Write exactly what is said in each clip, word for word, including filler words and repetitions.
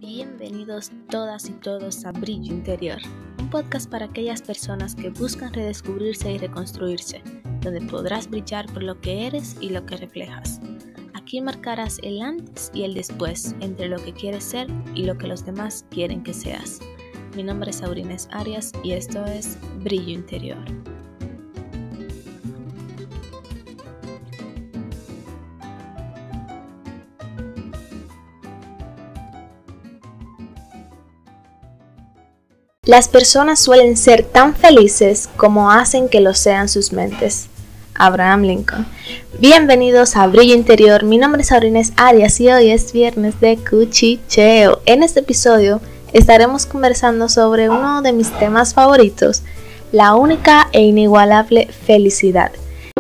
Bienvenidos todas y todos a Brillo Interior, un podcast para aquellas personas que buscan redescubrirse y reconstruirse, donde podrás brillar por lo que eres y lo que reflejas. Aquí marcarás el antes y el después entre lo que quieres ser y lo que los demás quieren que seas. Mi nombre es Aurines Arias y esto es Brillo Interior. Las personas suelen ser tan felices como hacen que lo sean sus mentes. Abraham Lincoln. Bienvenidos a Brillo Interior, mi nombre es Aurines Arias y hoy es viernes de cuchicheo. En este episodio estaremos conversando sobre uno de mis temas favoritos, la única e inigualable felicidad.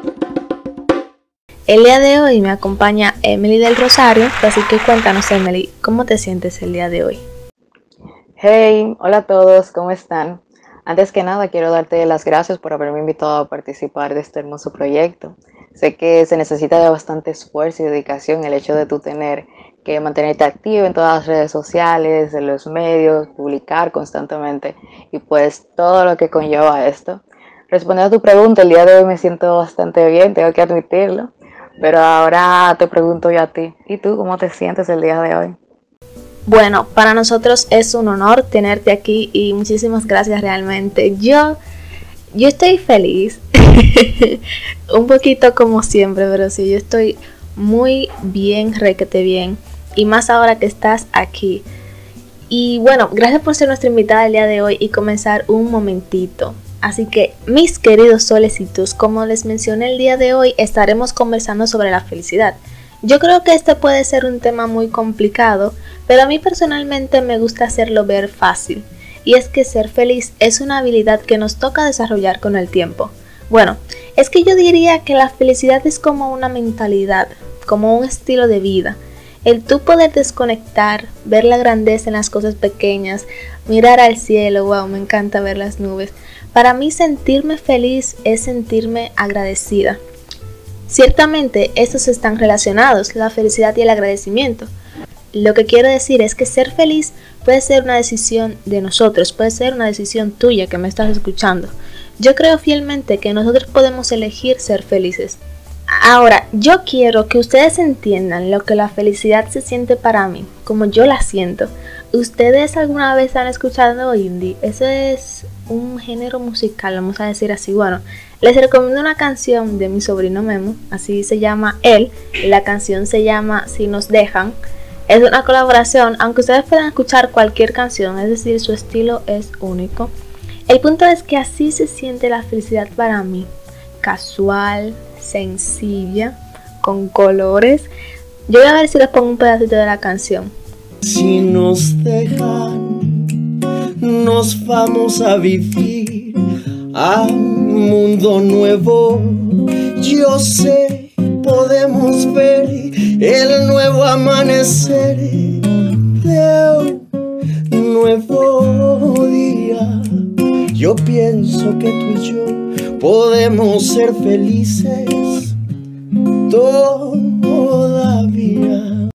El día de hoy me acompaña Emily del Rosario, así que cuéntanos, Emily, ¿cómo te sientes el día de hoy? Hey, hola a todos, ¿cómo están? Antes que nada quiero darte las gracias por haberme invitado a participar de este hermoso proyecto. Sé que se necesita de bastante esfuerzo y dedicación el hecho de tú tener que mantenerte activo en todas las redes sociales, en los medios, publicar constantemente y pues todo lo que conlleva esto. Respondiendo a tu pregunta, el día de hoy me siento bastante bien, tengo que admitirlo, pero ahora te pregunto yo a ti, ¿y tú cómo te sientes el día de hoy? Bueno, para nosotros es un honor tenerte aquí y muchísimas gracias realmente. Yo, yo estoy feliz, un poquito como siempre, pero sí, yo estoy muy bien, requete bien, y más ahora que estás aquí. Y bueno, gracias por ser nuestra invitada el día de hoy y comenzar un momentito. Así que, mis queridos solecitos, como les mencioné el día de hoy, estaremos conversando sobre la felicidad. Yo creo que este puede ser un tema muy complicado, pero a mí personalmente me gusta hacerlo ver fácil, y es que ser feliz es una habilidad que nos toca desarrollar con el tiempo. Bueno, es que yo diría que la felicidad es como una mentalidad, como un estilo de vida. El tú poder desconectar, ver la grandeza en las cosas pequeñas, mirar al cielo, wow, me encanta ver las nubes. Para mí sentirme feliz es sentirme agradecida. Ciertamente estos están relacionados, la felicidad y el agradecimiento. Lo que quiero decir es que ser feliz puede ser una decisión de nosotros, puede ser una decisión tuya que me estás escuchando. Yo creo fielmente que nosotros podemos elegir ser felices. Ahora, yo quiero que ustedes entiendan lo que la felicidad se siente para mí, como yo la siento. ¿Ustedes alguna vez han escuchado indie? Ese es un género musical, vamos a decir así. Bueno, les recomiendo una canción de mi sobrino Memo, así se llama él. La canción se llama Si Nos Dejan. Es una colaboración, aunque ustedes puedan escuchar cualquier canción, es decir, su estilo es único. El punto es que así se siente la felicidad para mí. Casual, sencilla, con colores. Yo voy a ver si les pongo un pedacito de la canción. Si nos dejan, nos vamos a vivir a un mundo nuevo. Yo sé, podemos ver el nuevo amanecer de un nuevo día. Yo pienso que tú y yo podemos ser felices todavía.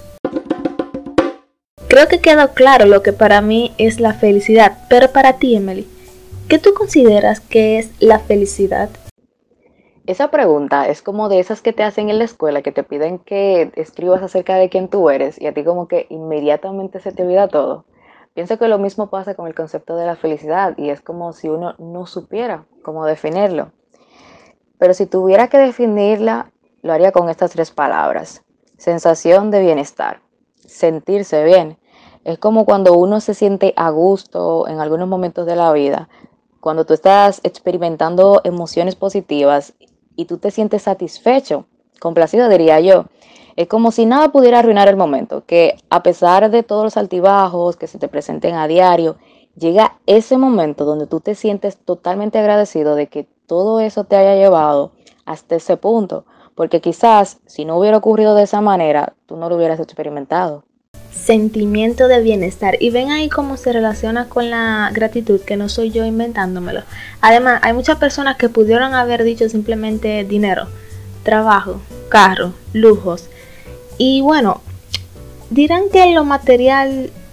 Creo que quedó claro lo que para mí es la felicidad, pero para ti, Emily, ¿qué tú consideras que es la felicidad? Esa pregunta es como de esas que te hacen en la escuela, que te piden que escribas acerca de quién tú eres y a ti como que inmediatamente se te olvida todo. Pienso que lo mismo pasa con el concepto de la felicidad y es como si uno no supiera cómo definirlo. Pero si tuviera que definirla, lo haría con estas tres palabras: sensación de bienestar, sentirse bien. Es como cuando uno se siente a gusto en algunos momentos de la vida, cuando tú estás experimentando emociones positivas y tú te sientes satisfecho, complacido diría yo. Es como si nada pudiera arruinar el momento, que a pesar de todos los altibajos que se te presenten a diario, llega ese momento donde tú te sientes totalmente agradecido de que todo eso te haya llevado hasta ese punto, porque quizás si no hubiera ocurrido de esa manera, tú no lo hubieras experimentado. Sentimiento de bienestar, y ven ahí cómo se relaciona con la gratitud, que no soy yo inventándomelo. Además, hay muchas personas que pudieron haber dicho simplemente dinero, trabajo, carro, lujos, y bueno, dirán que lo material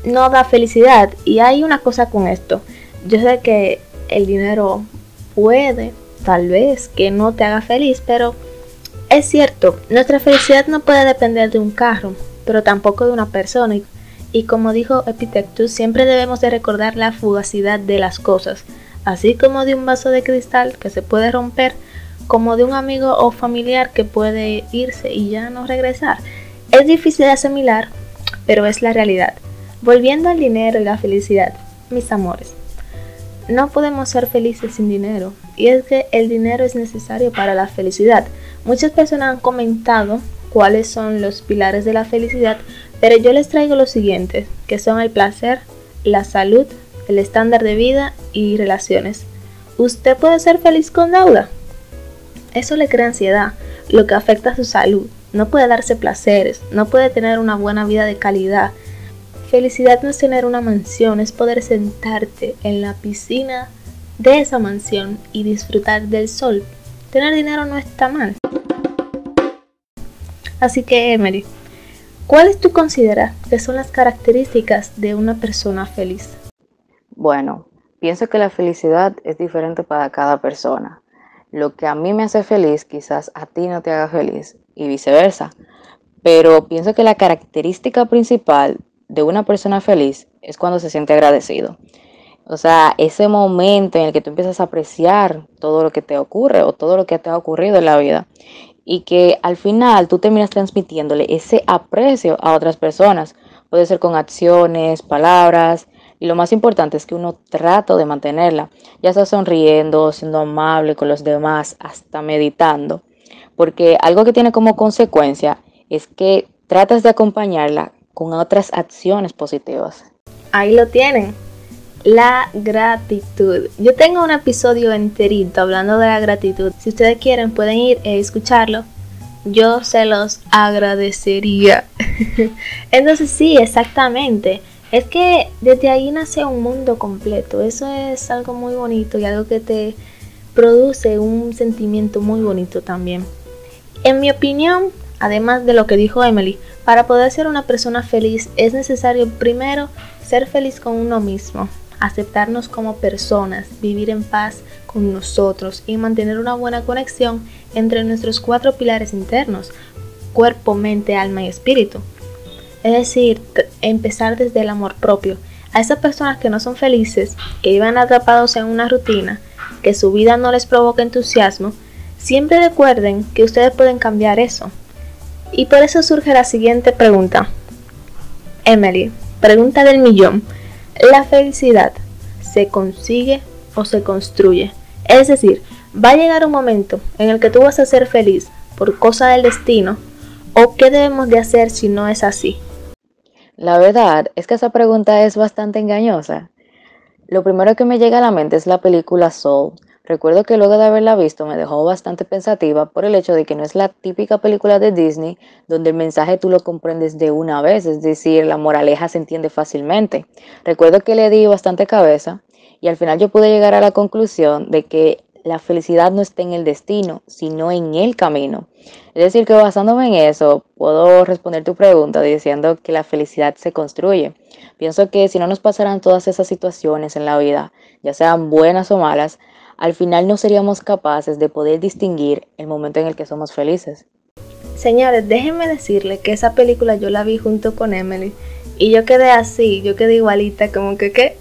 no da felicidad. Y hay una cosa con esto. Yo sé que el dinero puede, tal vez, que no te haga feliz, pero es cierto, nuestra felicidad no puede depender de un carro, pero tampoco de una persona. Y como dijo Epictetus, siempre debemos de recordar la fugacidad de las cosas, así como de un vaso de cristal que se puede romper, como de un amigo o familiar que puede irse y ya no regresar. Es difícil de asimilar, pero es la realidad. Volviendo al dinero y la felicidad, mis amores, no podemos ser felices sin dinero, y es que el dinero es necesario para la felicidad. Muchas personas han comentado cuáles son los pilares de la felicidad, pero yo les traigo los siguientes, que son el placer, la salud, el estándar de vida y relaciones. ¿Usted puede ser feliz con deuda? Eso le crea ansiedad, lo que afecta a su salud. No puede darse placeres, no puede tener una buena vida de calidad. Felicidad no es tener una mansión, es poder sentarte en la piscina de esa mansión y disfrutar del sol. Tener dinero no está mal. Así que, Emily, ¿cuáles tú consideras que son las características de una persona feliz? Bueno, pienso que la felicidad es diferente para cada persona. Lo que a mí me hace feliz, quizás a ti no te haga feliz y viceversa. Pero pienso que la característica principal de una persona feliz es cuando se siente agradecido. O sea, ese momento en el que tú empiezas a apreciar todo lo que te ocurre o todo lo que te ha ocurrido en la vida. Y que al final tú terminas transmitiéndole ese aprecio a otras personas. Puede ser con acciones, palabras, y lo más importante es que uno trata de mantenerla, ya sea sonriendo, siendo amable con los demás, hasta meditando. Porque algo que tiene como consecuencia es que tratas de acompañarla con otras acciones positivas. Ahí lo tienen. La gratitud. Yo tengo un episodio enterito hablando de la gratitud. Si ustedes quieren pueden ir a escucharlo. Yo se los agradecería. Entonces sí, exactamente. Es que desde ahí nace un mundo completo. Eso es algo muy bonito y algo que te produce un sentimiento muy bonito también. En mi opinión, además de lo que dijo Emily, para poder ser una persona feliz es necesario primero ser feliz con uno mismo. Aceptarnos como personas, vivir en paz con nosotros y mantener una buena conexión entre nuestros cuatro pilares internos: cuerpo, mente, alma y espíritu. Es decir, empezar desde el amor propio. A esas personas que no son felices, que vivan atrapados en una rutina, que su vida no les provoca entusiasmo, siempre recuerden que ustedes pueden cambiar eso. Y por eso surge la siguiente pregunta. Emily, pregunta del millón. ¿La felicidad se consigue o se construye? Es decir, ¿va a llegar un momento en el que tú vas a ser feliz por cosa del destino? ¿O qué debemos de hacer si no es así? La verdad es que esa pregunta es bastante engañosa. Lo primero que me llega a la mente es la película Soul. Recuerdo que luego de haberla visto me dejó bastante pensativa por el hecho de que no es la típica película de Disney donde el mensaje tú lo comprendes de una vez, es decir, la moraleja se entiende fácilmente. Recuerdo que le di bastante cabeza y al final yo pude llegar a la conclusión de que la felicidad no está en el destino, sino en el camino. Es decir, que basándome en eso, puedo responder tu pregunta diciendo que la felicidad se construye. Pienso que si no nos pasaran todas esas situaciones en la vida, ya sean buenas o malas, al final no seríamos capaces de poder distinguir el momento en el que somos felices. Señores, déjenme decirles que esa película yo la vi junto con Emily y yo quedé así, yo quedé igualita, como que ¿qué?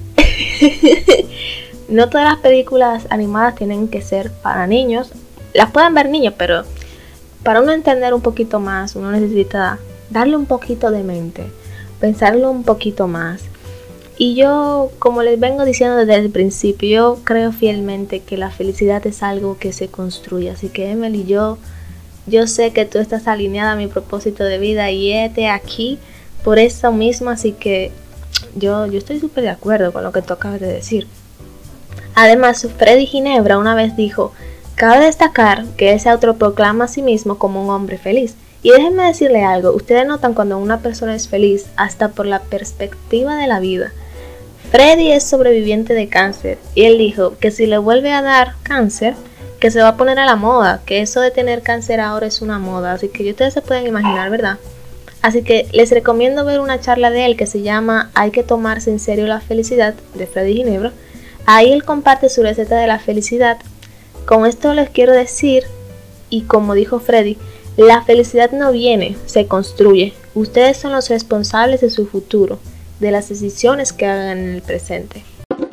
No todas las películas animadas tienen que ser para niños. Las pueden ver niños, pero para uno entender un poquito más, uno necesita darle un poquito de mente, pensarlo un poquito más. Y yo, como les vengo diciendo desde el principio, yo creo fielmente que la felicidad es algo que se construye. Así que Emily, yo, yo sé que tú estás alineada a mi propósito de vida y este aquí por eso mismo. Así que yo, yo estoy súper de acuerdo con lo que tú acabas de decir. Además, Freddy Ginebra una vez dijo: cabe destacar que él se autoproclama a sí mismo como un hombre feliz. Y déjenme decirle algo, ustedes notan cuando una persona es feliz hasta por la perspectiva de la vida. Freddy es sobreviviente de cáncer y él dijo que si le vuelve a dar cáncer, que se va a poner a la moda, que eso de tener cáncer ahora es una moda, así que ustedes se pueden imaginar, ¿verdad? Así que les recomiendo ver una charla de él que se llama Hay que tomarse en serio la felicidad, de Freddy Ginebra. Ahí él comparte su receta de la felicidad. Con esto les quiero decir, y como dijo Freddy, la felicidad no viene, se construye. Ustedes son los responsables de su futuro, de las decisiones que hagan en el presente.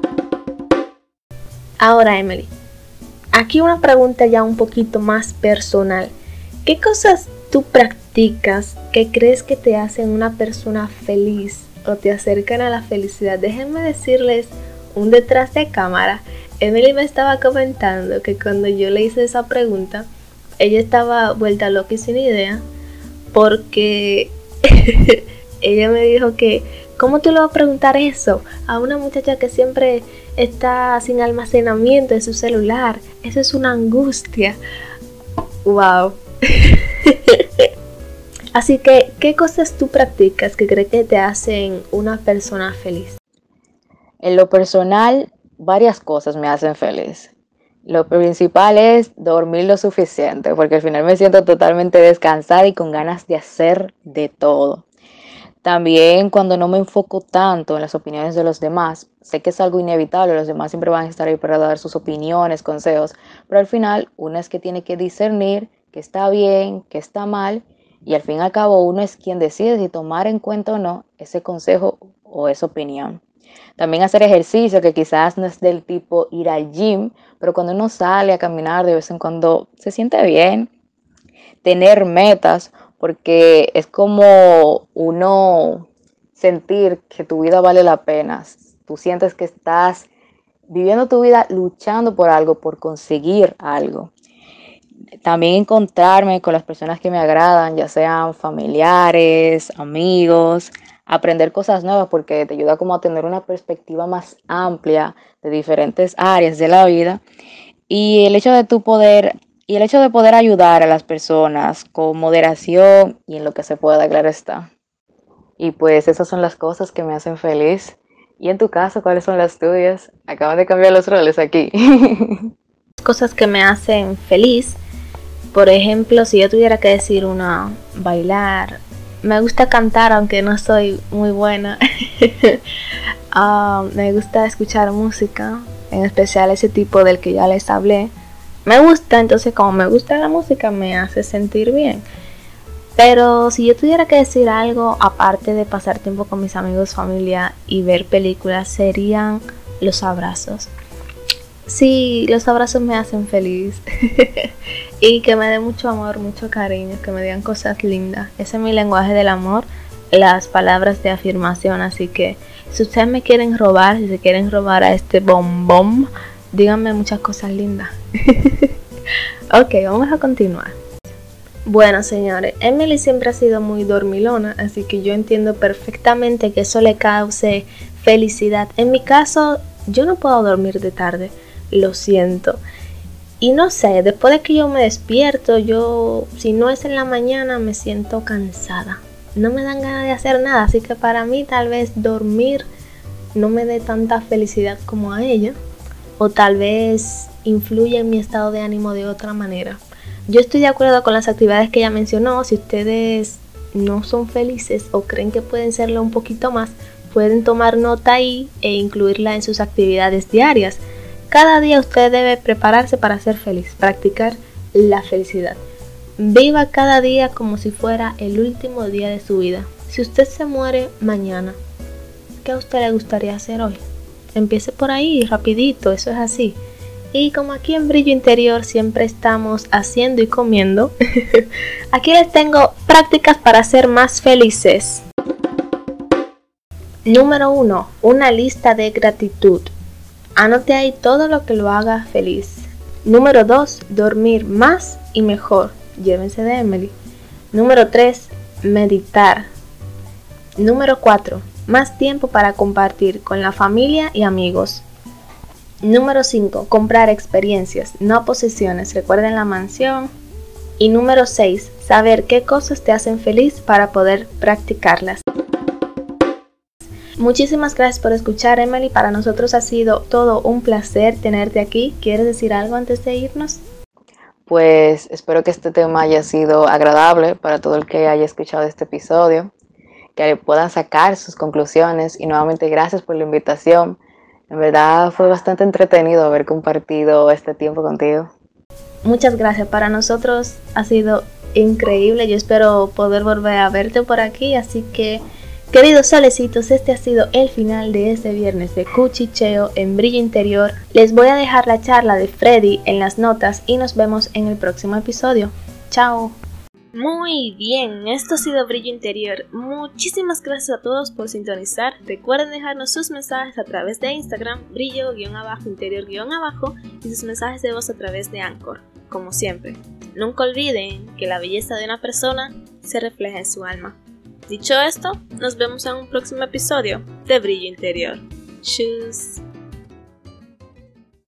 Ahora, Emily, aquí una pregunta ya un poquito más personal. ¿Qué cosas tú practicas que crees que te hacen una persona feliz o te acercan a la felicidad? Déjenme decirles un detrás de cámara. Emily me estaba comentando que cuando yo le hice esa pregunta, ella estaba vuelta loca y sin idea, porque ella me dijo que ¿cómo tú le vas a preguntar eso a una muchacha que siempre está sin almacenamiento en su celular? Eso es una angustia. Wow. Así que, ¿qué cosas tú practicas que crees que te hacen una persona feliz? En lo personal, varias cosas me hacen feliz. Lo principal es dormir lo suficiente, porque al final me siento totalmente descansada y con ganas de hacer de todo. También cuando no me enfoco tanto en las opiniones de los demás, sé que es algo inevitable, los demás siempre van a estar ahí para dar sus opiniones, consejos, pero al final uno es que tiene que discernir qué está bien, qué está mal, y al fin y al cabo uno es quien decide si tomar en cuenta o no ese consejo o esa opinión. También hacer ejercicio, que quizás no es del tipo ir al gym, pero cuando uno sale a caminar de vez en cuando se siente bien. Tener metas, porque es como uno sentir que tu vida vale la pena. Tú sientes que estás viviendo tu vida luchando por algo, por conseguir algo. También encontrarme con las personas que me agradan, ya sean familiares, amigos, aprender cosas nuevas, porque te ayuda como a tener una perspectiva más amplia de diferentes áreas de la vida. Y el hecho de tu poder y el hecho de poder ayudar a las personas con moderación y en lo que se pueda, claro está. Y pues esas son las cosas que me hacen feliz. Y en tu caso, ¿cuáles son las tuyas? Acaban de cambiar los roles aquí. Cosas que me hacen feliz. Por ejemplo, si yo tuviera que decir una, bailar. Me gusta cantar, aunque no soy muy buena. uh, me gusta escuchar música, en especial ese tipo del que ya les hablé. Me gusta, entonces como me gusta la música me hace sentir bien. Pero si yo tuviera que decir algo, aparte de pasar tiempo con mis amigos, familia y ver películas, serían los abrazos. Sí, los abrazos me hacen feliz. Y que me den mucho amor, mucho cariño, que me digan cosas lindas. Ese es mi lenguaje del amor, las palabras de afirmación. Así que si ustedes me quieren robar, si se quieren robar a este bombón, díganme muchas cosas lindas. Ok, vamos a continuar. Bueno, señores, Emily siempre ha sido muy dormilona, así que yo entiendo perfectamente que eso le cause felicidad. En mi caso, yo no puedo dormir de tarde, lo siento. Y no sé, después de que yo me despierto, yo, si no es en la mañana, me siento cansada. No me dan ganas de hacer nada, así que para mí tal vez dormir no me dé tanta felicidad como a ella. O tal vez influya en mi estado de ánimo de otra manera. Yo estoy de acuerdo con las actividades que ella mencionó. Si ustedes no son felices o creen que pueden serlo un poquito más, pueden tomar nota ahí e incluirla en sus actividades diarias. Cada día usted debe prepararse para ser feliz, practicar la felicidad. Viva cada día como si fuera el último día de su vida. Si usted se muere mañana, ¿qué a usted le gustaría hacer hoy? Empiece por ahí, rapidito, eso es así. Y como aquí en Brillo Interior siempre estamos haciendo y comiendo, aquí les tengo prácticas para ser más felices. Número uno. Una lista de gratitud. Anote ahí todo lo que lo haga feliz. Número dos. Dormir más y mejor. Llévense de Emily. Número tres. Meditar. Número cuatro. Más tiempo para compartir con la familia y amigos. Número cinco. Comprar experiencias, no posesiones. Recuerden la mansión. Y número seis. Saber qué cosas te hacen feliz para poder practicarlas. Muchísimas gracias por escuchar, Emily. Para nosotros ha sido todo un placer tenerte aquí. ¿Quieres decir algo antes de irnos? pues espero que este tema haya sido agradable para todo el que haya escuchado este episodio, que puedan sacar sus conclusiones y nuevamente gracias por la invitación. En verdad fue bastante entretenido haber compartido este tiempo contigo. Muchas gracias, para nosotros ha sido increíble, yo espero poder volver a verte por aquí, así que queridos solecitos, este ha sido el final de este viernes de cuchicheo en Brillo Interior. Les voy a dejar la charla de Freddy en las notas y nos vemos en el próximo episodio. Chao. Muy bien, esto ha sido Brillo Interior. Muchísimas gracias a todos por sintonizar. Recuerden dejarnos sus mensajes a través de Instagram, brillo-interior-abajo, y sus mensajes de voz a través de Anchor. Como siempre, nunca olviden que la belleza de una persona se refleja en su alma. Dicho esto, nos vemos en un próximo episodio de Brillo Interior. Tschüss.